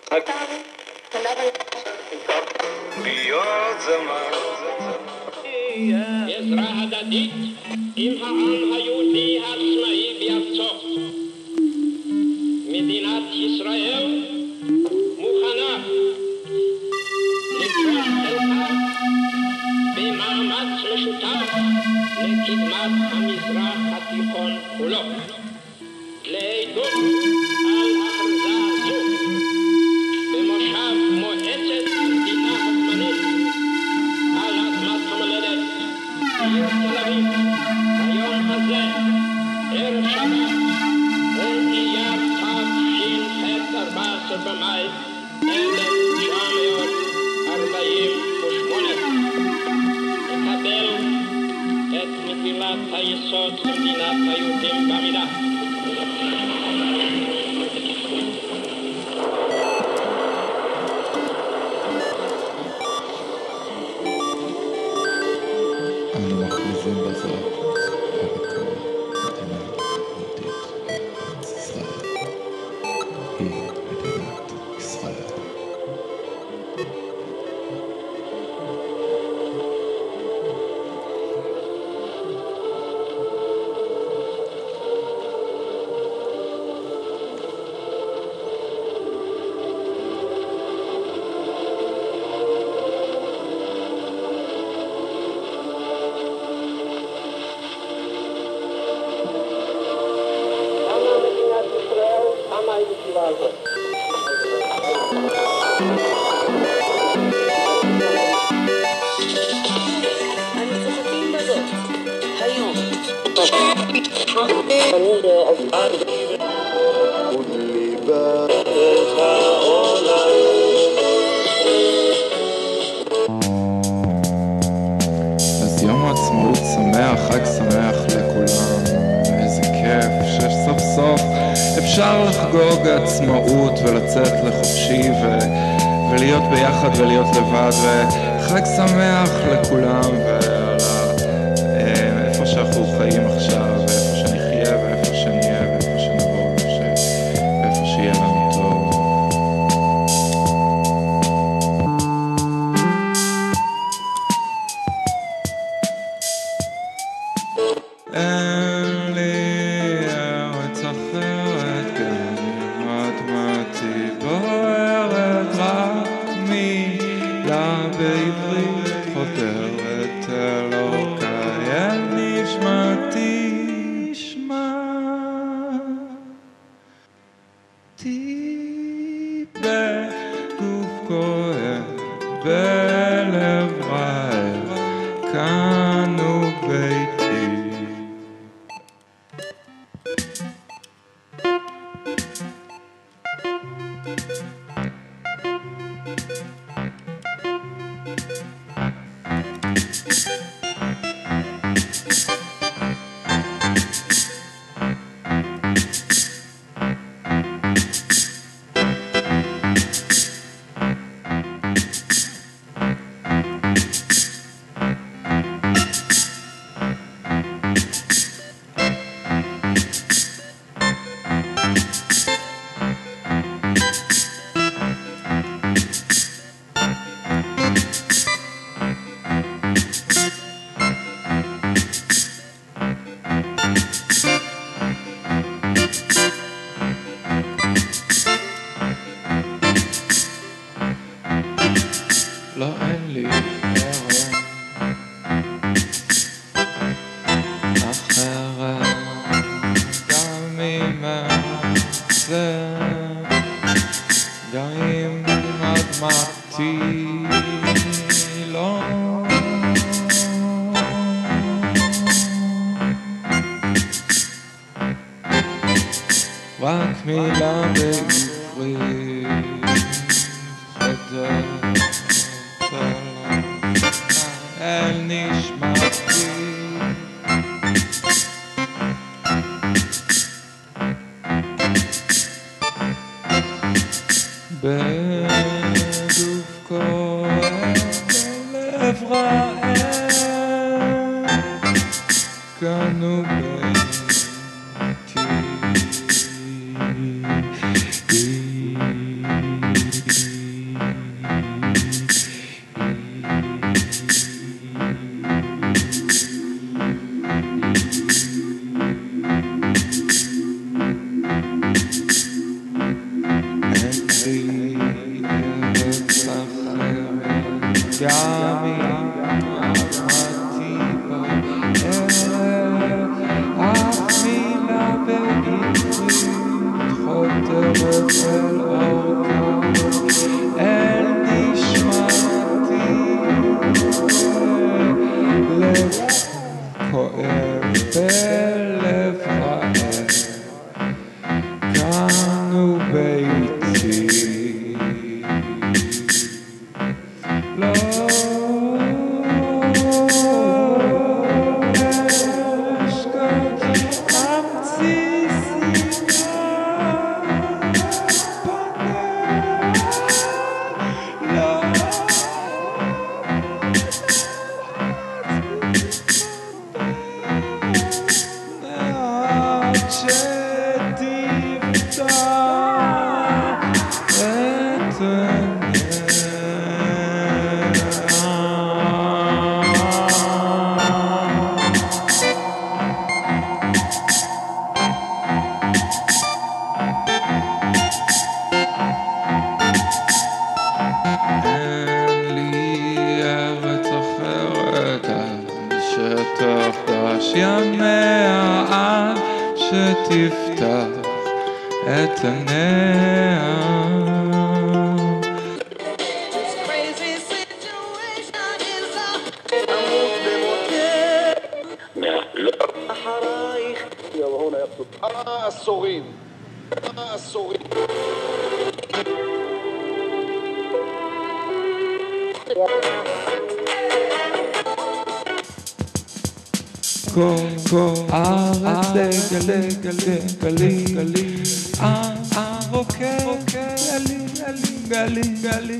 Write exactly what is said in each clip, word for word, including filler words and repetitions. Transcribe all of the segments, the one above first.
עזרה הדדית עם העם היהודי העצמאי בארצו. מדינת ישראל מוכנה לתרום חלקה במאמץ משותף לקדמת המזרח התיכון כולו. לעדות על הכרזה זו במושב מועצת המדינה הזמנית על אדמת המולדת עיר תל אביב, היום הזה, ערב שבת, אייר תש"ח, ארבעה עשר במאי אלף תשע מאות ארבעים ושמונה. לקבל את מגילת היסוד למדינת היהודים בעמידה. אנו מכריזים בזאת ובקול מדינה יהודית בארץ ישראל היא מדינת ישראל. אז יום העצמאות שמח, חג שמח לכולם, איזה כיף שסוף סוף אפשר לחגוג עצמאות ולצאת לחופשי ו... ולהיות ביחד ולהיות לבד, וחג שמח לכולם ועל איפה שאנחנו חיים עכשיו ואיפה שנחיה ואיפה שנהיה ואיפה שנבוא וש... ואיפה שיהיה לנו טוב. אין לי ארץ אחרת גם אם אדמתי בוערת, רק מילה בעברית חודרת אלוקיי אל נשמתי שמעתי בגוף כואב בלב רעב כאן הוא ביתי. לא אין לי ארץ אחרת גם אם זה גם אם אדמתי לא רק מילה בעברית חודרת אל נשמתי בגוף כואב בלב רעב כאן הוא ביתי. טרף אל ארכה אל נשמתי לב כואב בלב רעב כאן הוא ביתי לא שתחדש ימיה עד שתפתח את עיניה אחרייך יבואו ליחסות עשורים עשורים כל כל הארץ דגלי גלי גלי גלי הרוקד גלי גלי גלי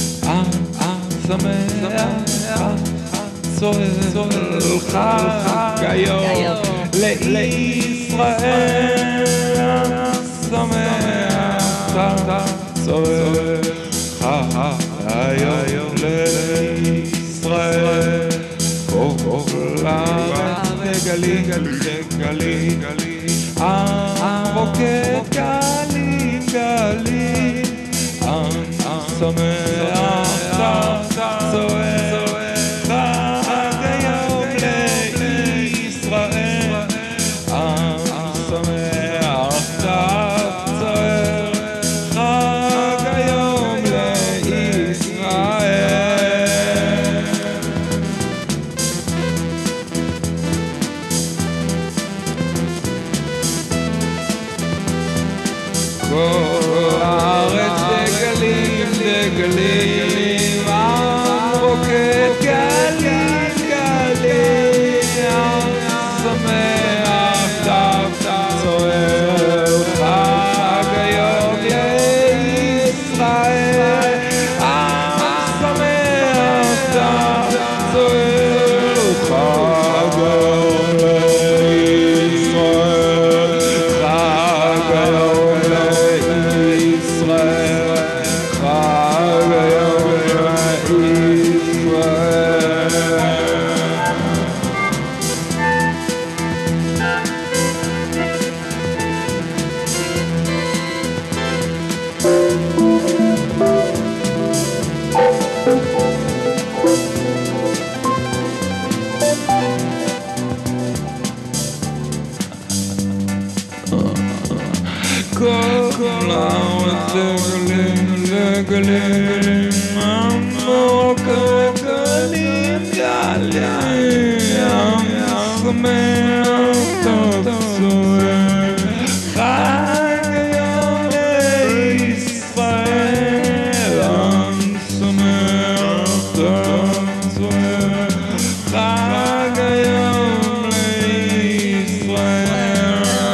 השמח צוהל חג היום לישראל השמח צוהל חג היום לישראל כל הארץ גלי גלי גלי גלי הרוקד גלי גלי השמח צוער חג היום לישראל השמח צוער חג היום לישראל כל הארץ דגלים דגלים הרוקד גלים גלים השמח צוער חג היום לישראל השמח צוער חג היום לישראל חג היום לישראל חג היום כל הארץ דגלים דגלים המרוקד גלים גלים השמח צוער חג היום לישראל השמח צוער חג היום לישראל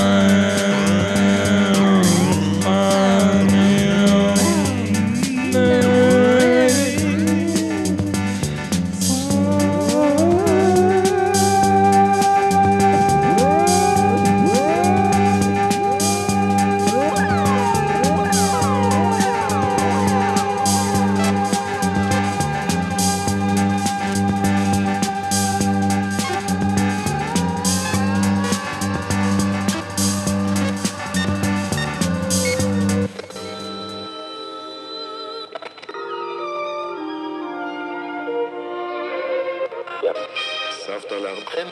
סבתא להרבכם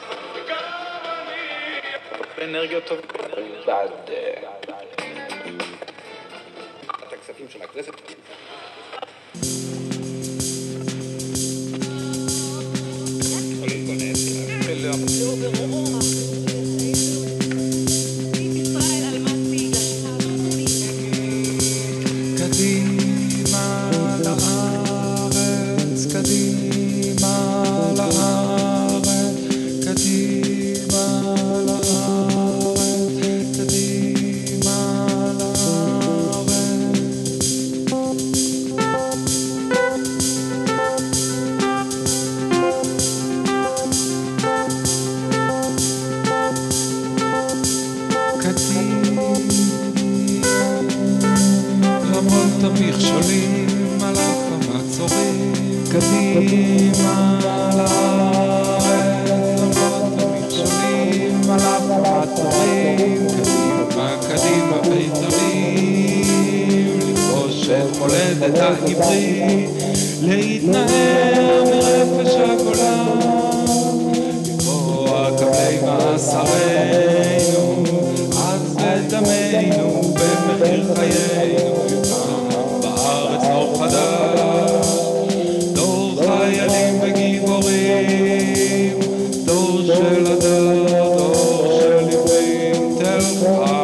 אנרגיות טובות. בעד הכספים של הכנסת. קדימה לארץ, קדימה לארץ, קדימה לארץ, קדימה למרות המכשולים על אף המצורים, קדימה לארץ, למרות המכשולים על אף המצורים, קדימה, קדימה בית"רים, לכבוש את מולדת העברי, להתנער מרפש הגולן, לקרוע קבלי מאסרנו, אז בדמנו במחיר חיינו, בארץ דור חדש, דור חיילים וגיבורים, דור של הדר, דור של עברים, תל חי.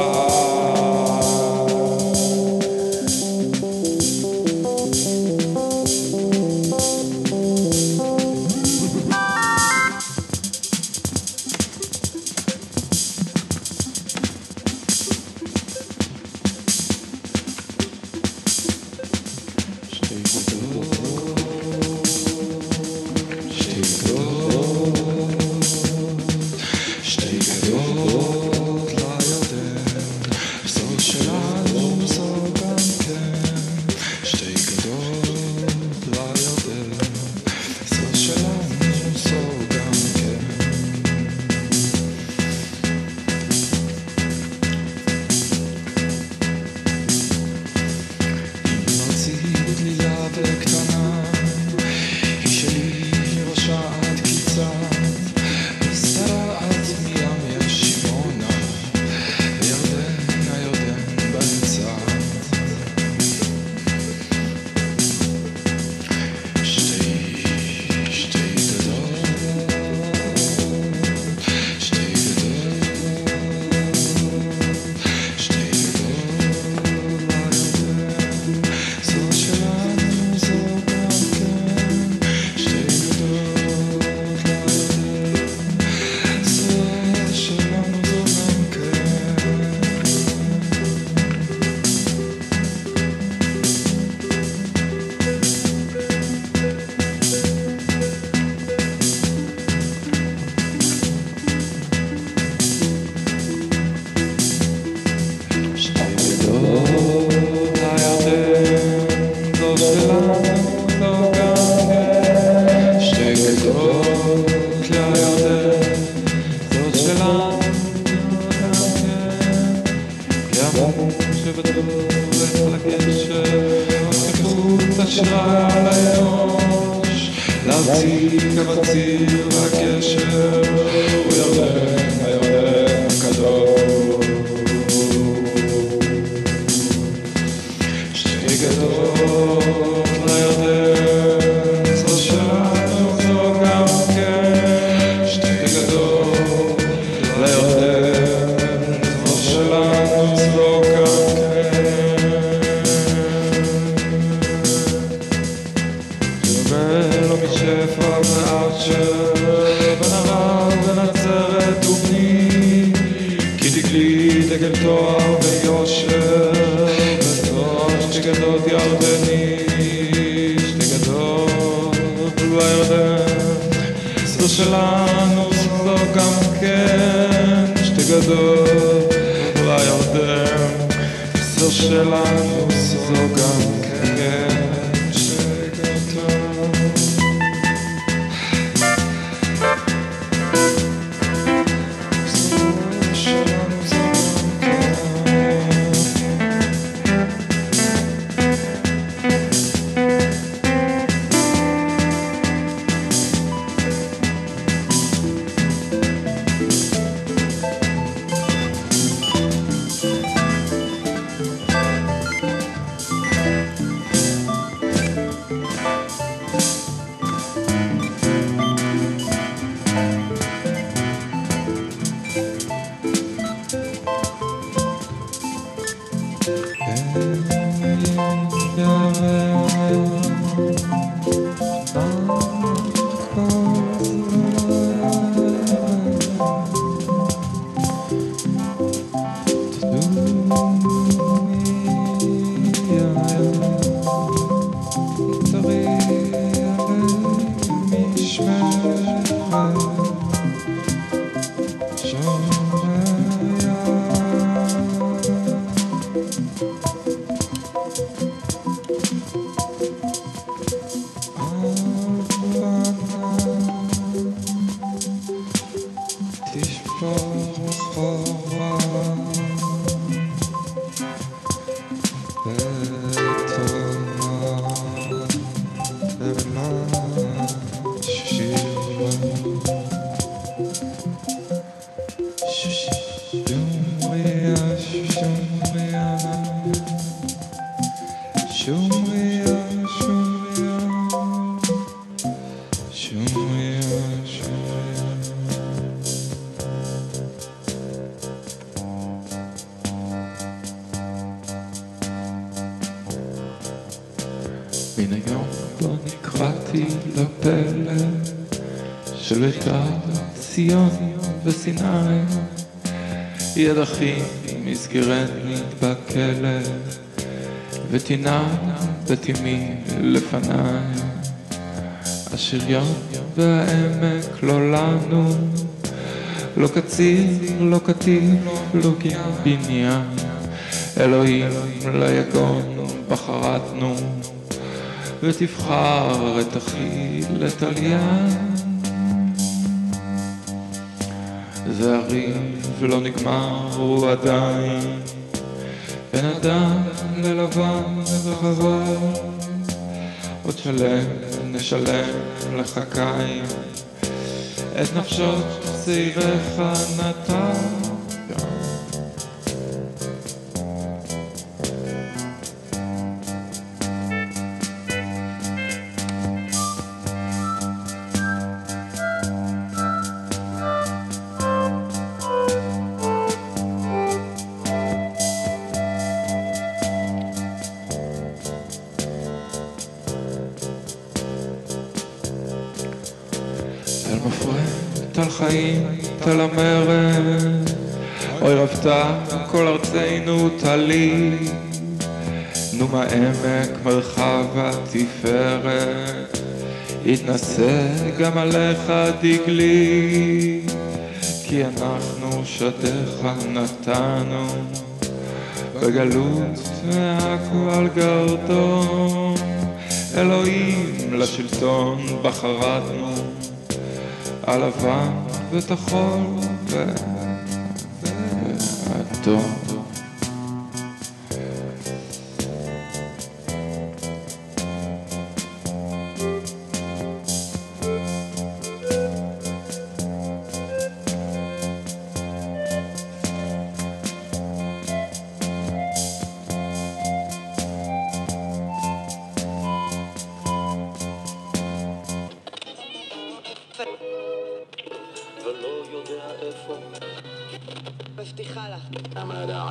מן היום לא נקראתי לפלא של ביתר ציון וסיני, יד אחי מסגרני בכלא ותינה בתימי לפניי. השריון והעמק לא לנו, לא קציר, לא קטיף, לא בניין. אלוהים ליגון בחרתנו, ותבחר את אחי לתליין. זה הריב לא נגמר, הוא עדיין בין אדם ללבן וחבר. עוד שלם נשלם לך קין, את נפשות צעירך נתן. על מפרט, על חיים, על המרד, אוי רבתה כל ארצנו תלי, נו מהעמק מרחב התפארת, יתנסה גם עליך דגלי, כי אנחנו שדך נתנו, בגלות מהכל גרדום, אלוהים לשלטון בחרתנו, הלבן ותחול ואדום. ולא יודע איפה. מבטיחה לך.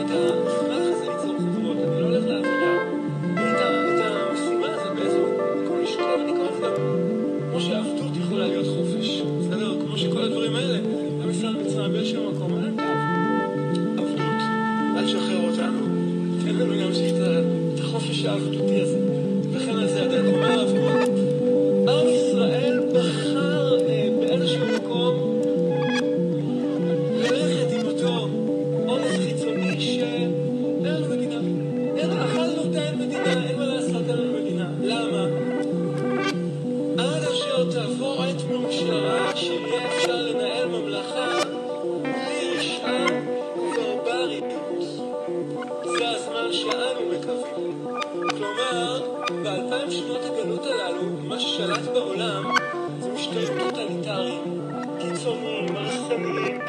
את חברות, אני לא הולך לעבודה. את המשימה הזאת באיזו מקום לשכוב, אני קורא את זה כמו שעבדות יכולה להיות חופש. בסדר? כמו שכל הדברים האלה, גם ישראל מצרים באיזשהו מקום, אין עבדות. אל תשחרר אותנו. תן לנו גם שיש את החופש העבדותי הזה. וכן על זה אתה אומר עבוד. עם ישראל בחר באיזשהו מקום ללכת עם אותו עומס חיצוני שאין לנו מדינה. אין אכלנו אותה, אין מדינה, אין מה לעשות, אין לנו מדינה. למה? עד אשר תעבור עת מאושרה שיהיה אפשר לנהל ממלכה בלי רשעה וברבריות. זה הזמן שאנו מקווים. כלומר, באלפיים שנות הגלות הללו, מה ששלט בעולם זה משטרים טוטליטריים, קיצוניים, הרסניים.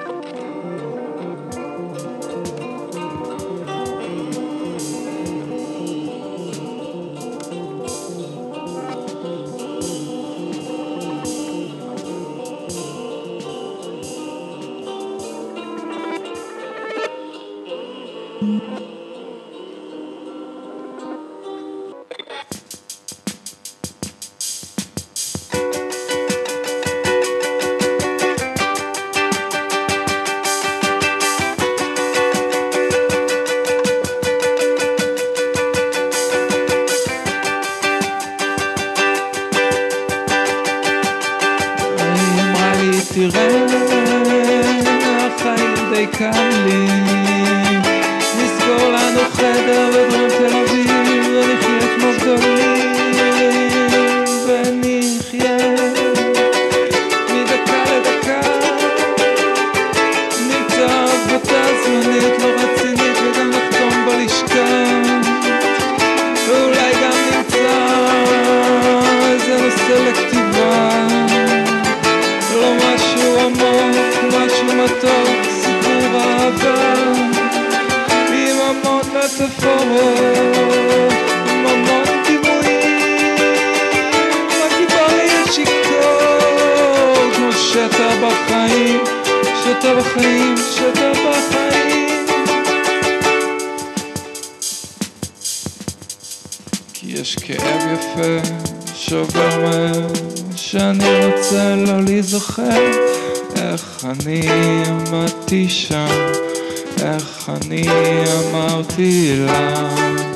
איך אני עמדתי שם, איך אני אמרתי לה,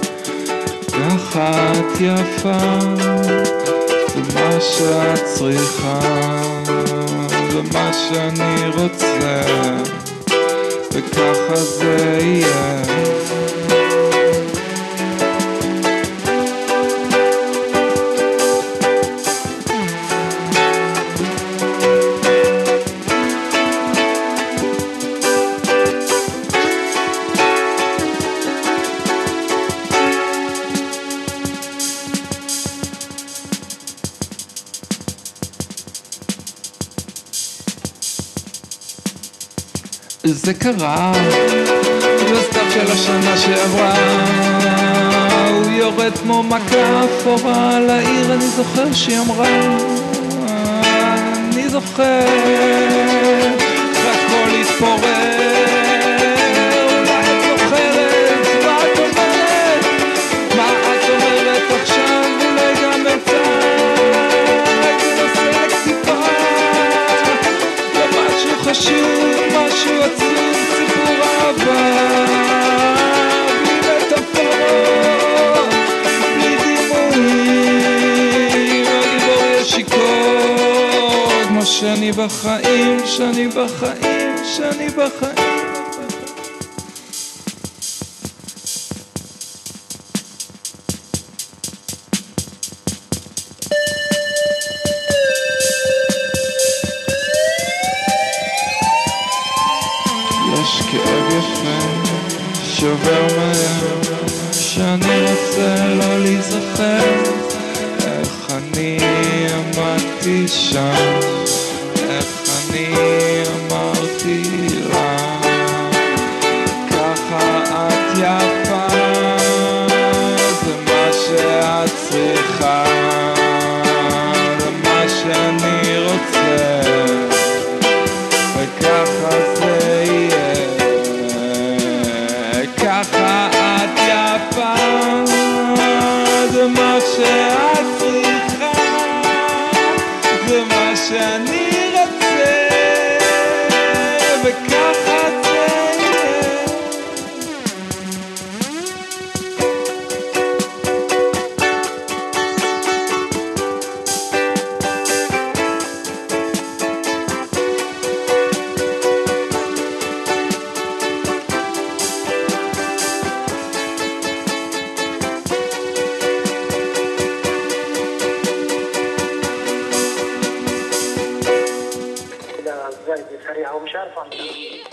ככה את יפה, זה מה שאת צריכה, זה מה שאני רוצה, וככה זה יהיה. זה קרה בסתיו של השנה שעברה, הוא יורד כמו מכה אפורה על העיר, אני זוכר שהיא אמרה, אני זוכר הכל התפורר, אולי את זוכרת מה את אומרת, מה את אומרת עכשיו, אולי גם בצד זה נושא לכתיבה, זה משהו חשוב, משהו עצוב, סיפור אהבה בלי מטאפורות, בלי דימויים, הגיבור ישיקות כמו שאני בחיים, שאני בחיים, שאני בחיים. שובר מהר שאני רוצה לא להיזכר, איך אני עמדתי שם, איך אני אמרתי לה, ככה את יפה, זה מה שאת צריכה, זה מה שאני רוצה, וככה זה יהיה. ככה את יפה, זה מה שאת צריכה, זה מה שאני רוצה, וככה זה יהיה. سريعة ومش عارف أعملها.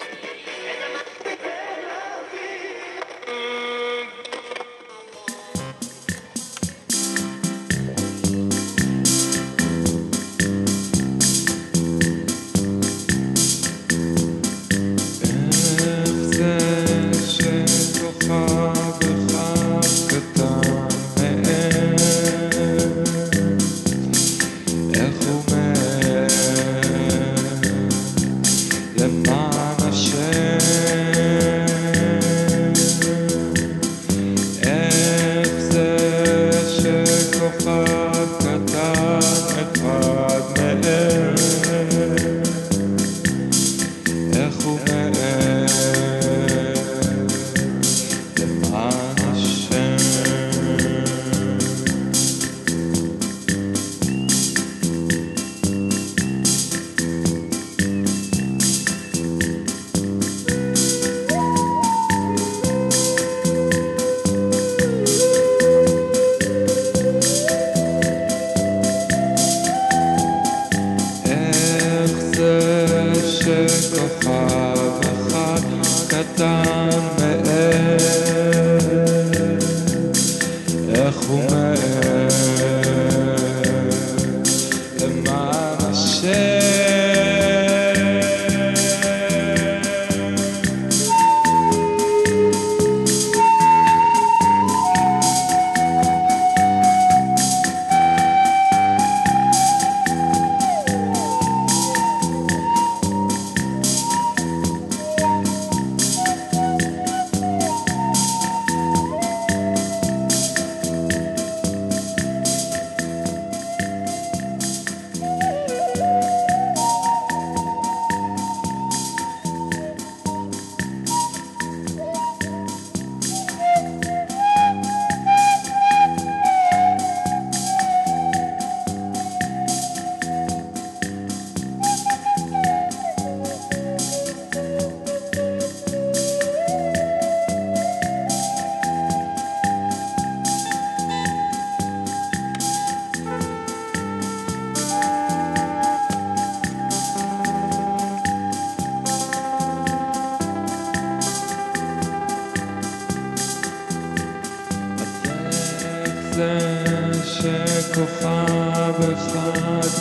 שכוכב אחד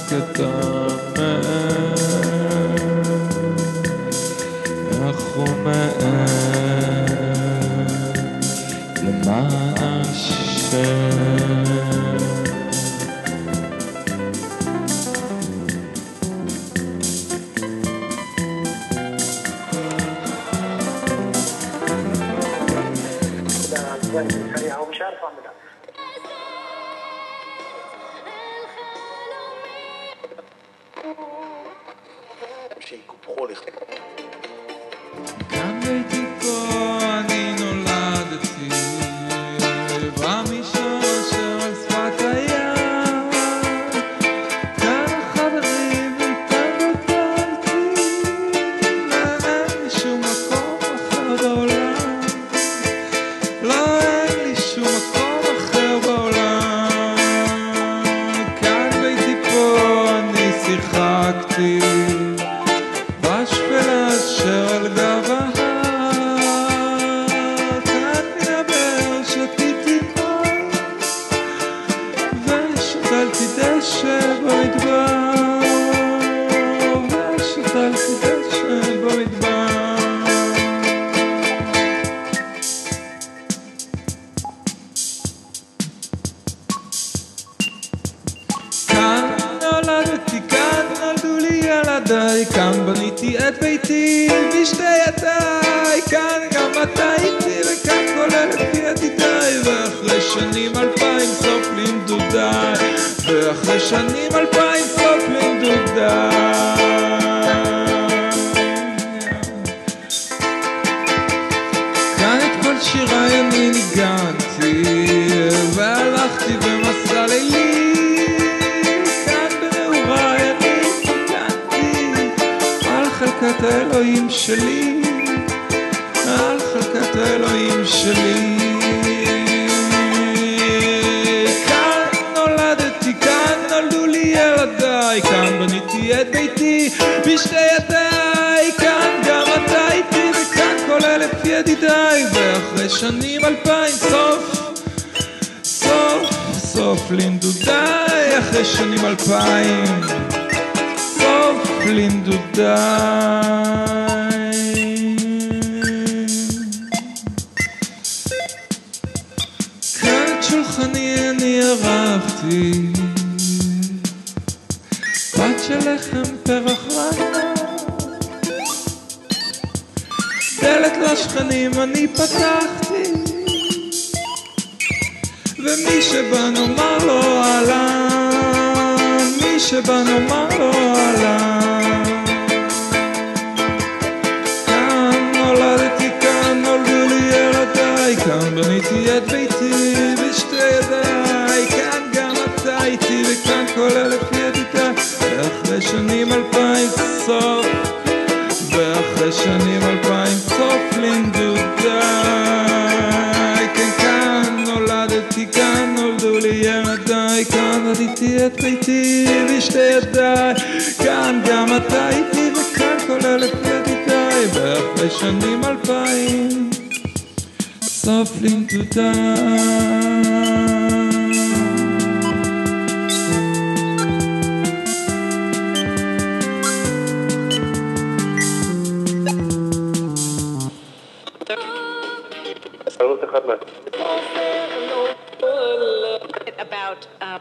קטן איך הוא מעט למען השם. سريعة ومش عارف أعملها. כאן הייתי פה, אני נולדתי במישור אשר על שפת הים, כאן החברים איתם גדלתי, ואין לי שום מקום אחר בעולם, לא אין לי שום מקום אחר בעולם. כאן הייתי פה, אני שיחקתי בשפלה אשר על גב ההר, כאן מדבר שתיתי מים ושתלתי דשא במדבר, ושתלתי דשא במדבר. כאן נולדתי, כאן נולדו לי ילדיי, כאן בניתי את ביתי בשתי ידיי, כאן גם אתה איתי וכאן שנים אלפיים סוף לנדודה. כאן את כל שיריי אני ניגנתי והלכתי במסע לילי, כאן בנעוריי אני ניגנתי על חלקת האלוהים שלי, על חלקת האלוהים שלי. כאן נולדתי, כאן נולדו לי ילדיי, כאן בניתי את ביתי בשתי ידיי, כאן גם אתה איתי וכאן כל אלף ידידיי, ואחרי שנים אלפיים סוף סוף סוף לנדודיי, אחרי שנים אלפיים סוף לנדודיי. שולחני אני ערכתי פת של לחם פרח רענה, דלת לשכנים אני פתחתי, ומי שבא נאמר לו אהלן, מי שבא נאמר לו אהלן. כאן נולדתי, כאן נולדו לי ילדיי, כאן בניתי את ביתי בשתי ידיי, כאן גם אתה איתי וכאן כל אלף ידידיי, ואחרי שנים אלפיים סוף, ואחרי שנים אלפיים סוף לנדודיי. כן, כאן נולדתי, כאן נולדו לי ילדיי, כאן בניתי את ביתי בשתי ידיי, כאן גם אתה איתי וכאן כל אלף ידידיי, ואחרי שנים אלפיים סוף לנדודיי. About uh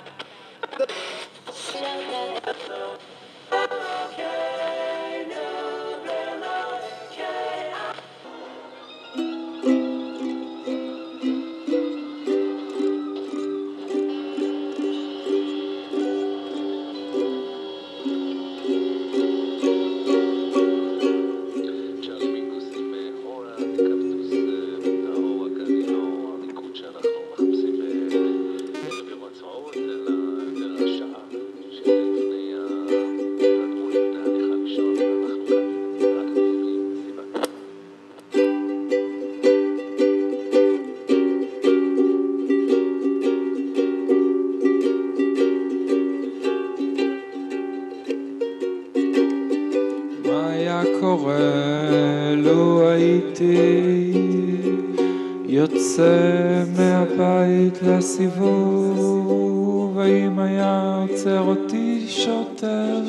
יוצא מהבית לסיבוב, האם היה עוצר אותי שוטר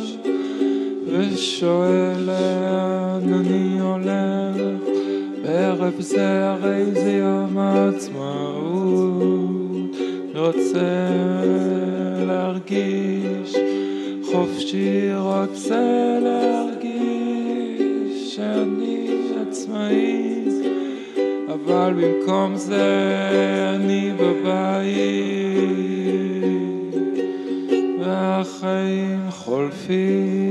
ושואל לאן אני הולך? בערב זה הרי זה יום העצמאות, רוצה להרגיש חופשי, רוצה להרגיש שאני עצמאי, אבל במקום זה אני בבית והחיים חולפים,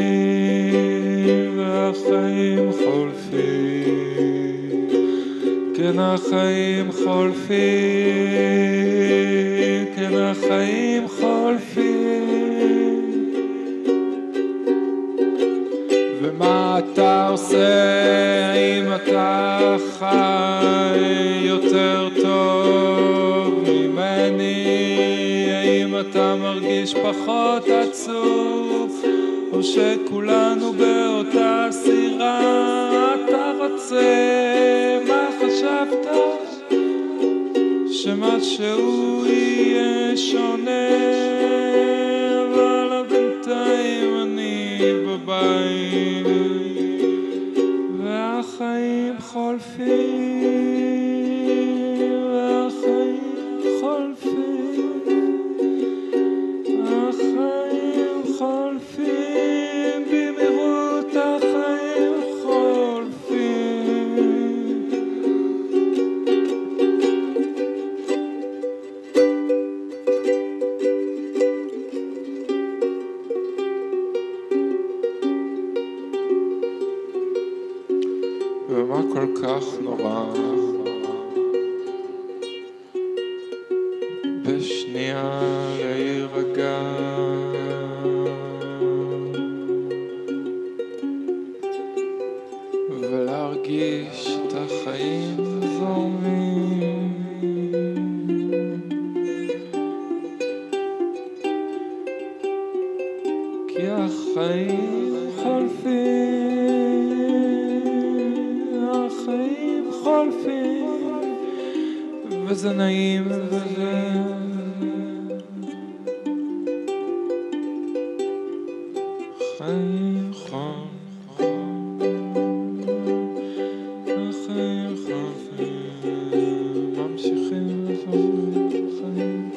והחיים חולפים, כן החיים חולפים, כן החיים חולפים. ומה אתה עושה? האם אתה חי יותר טוב ממני? האם אתה מרגיש פחות עצוב? או שכולנו באותה סירה? אתה רוצה, מה חשבת? שמשהו יהיה שונה, אבל בינתיים אני בבית והחיים חולפים, והחיים חולפים, החיים חולפים במהירות, החיים חולפים. כך נורא. בשנייה להירגע, ולהרגיש את החיים זורמים. כי החיים חולפים, החיים חולפים, וזה נעים וזה חיים חולפים, החיים חולפים, ממשיכים לפעמים חיים.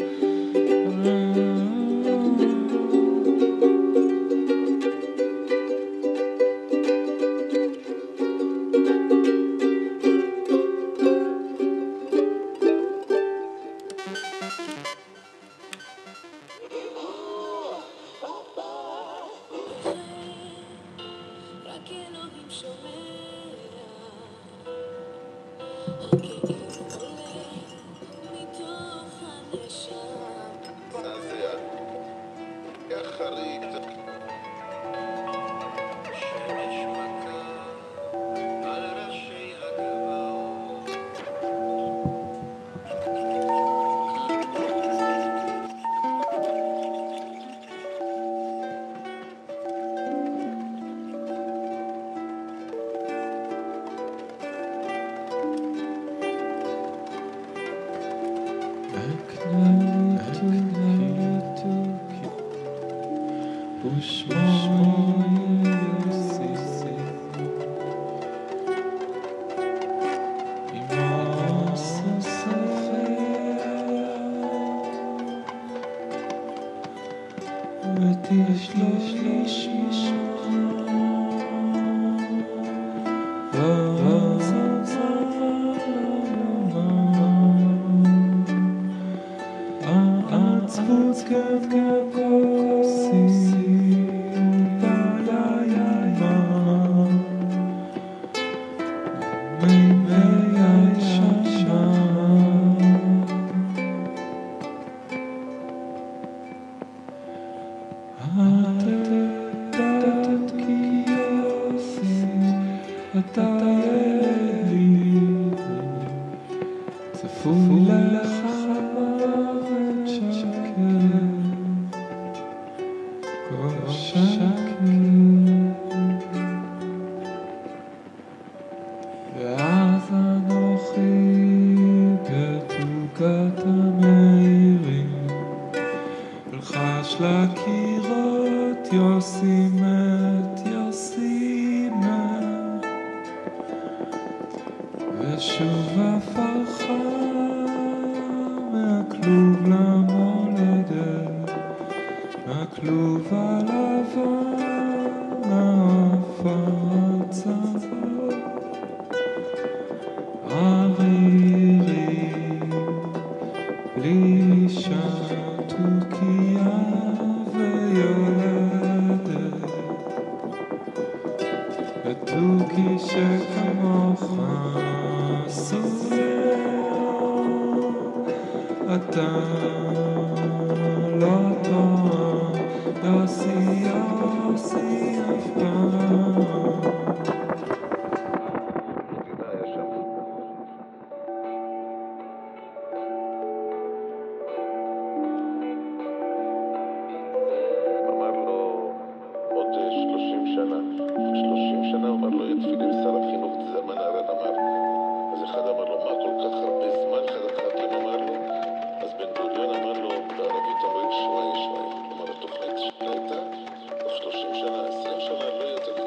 שלושים שנה, עשרים שנה, לא יותר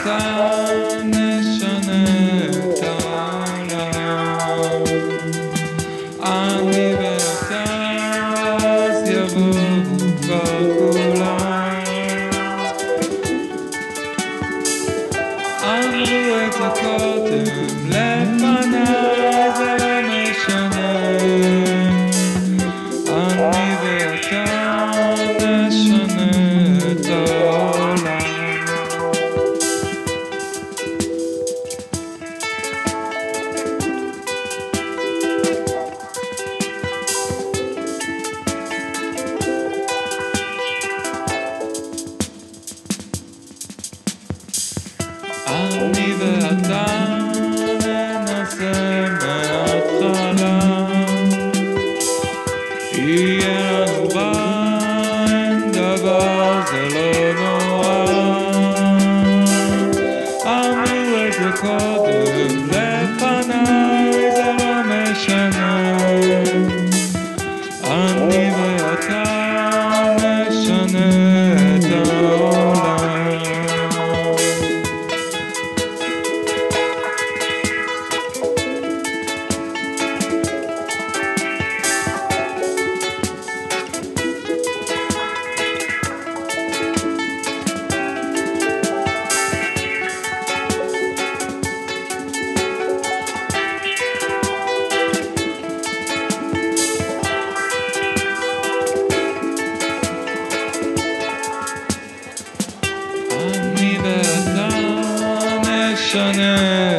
ואתה נשנה את העולם. אני ואתה אז יבואו כבר כולם. אמרו את זה קודם לפניי, זה לא משנה. אני ואתה נשנה את העולם. אני ואתה ננסה מההתחלה, יהיה לנו רע, אין דבר, זה לא נורא. אמרו את זה קודם לפניי, זה לא משנה. אני ואתה נשנה את העולם. אני ואתה נשנה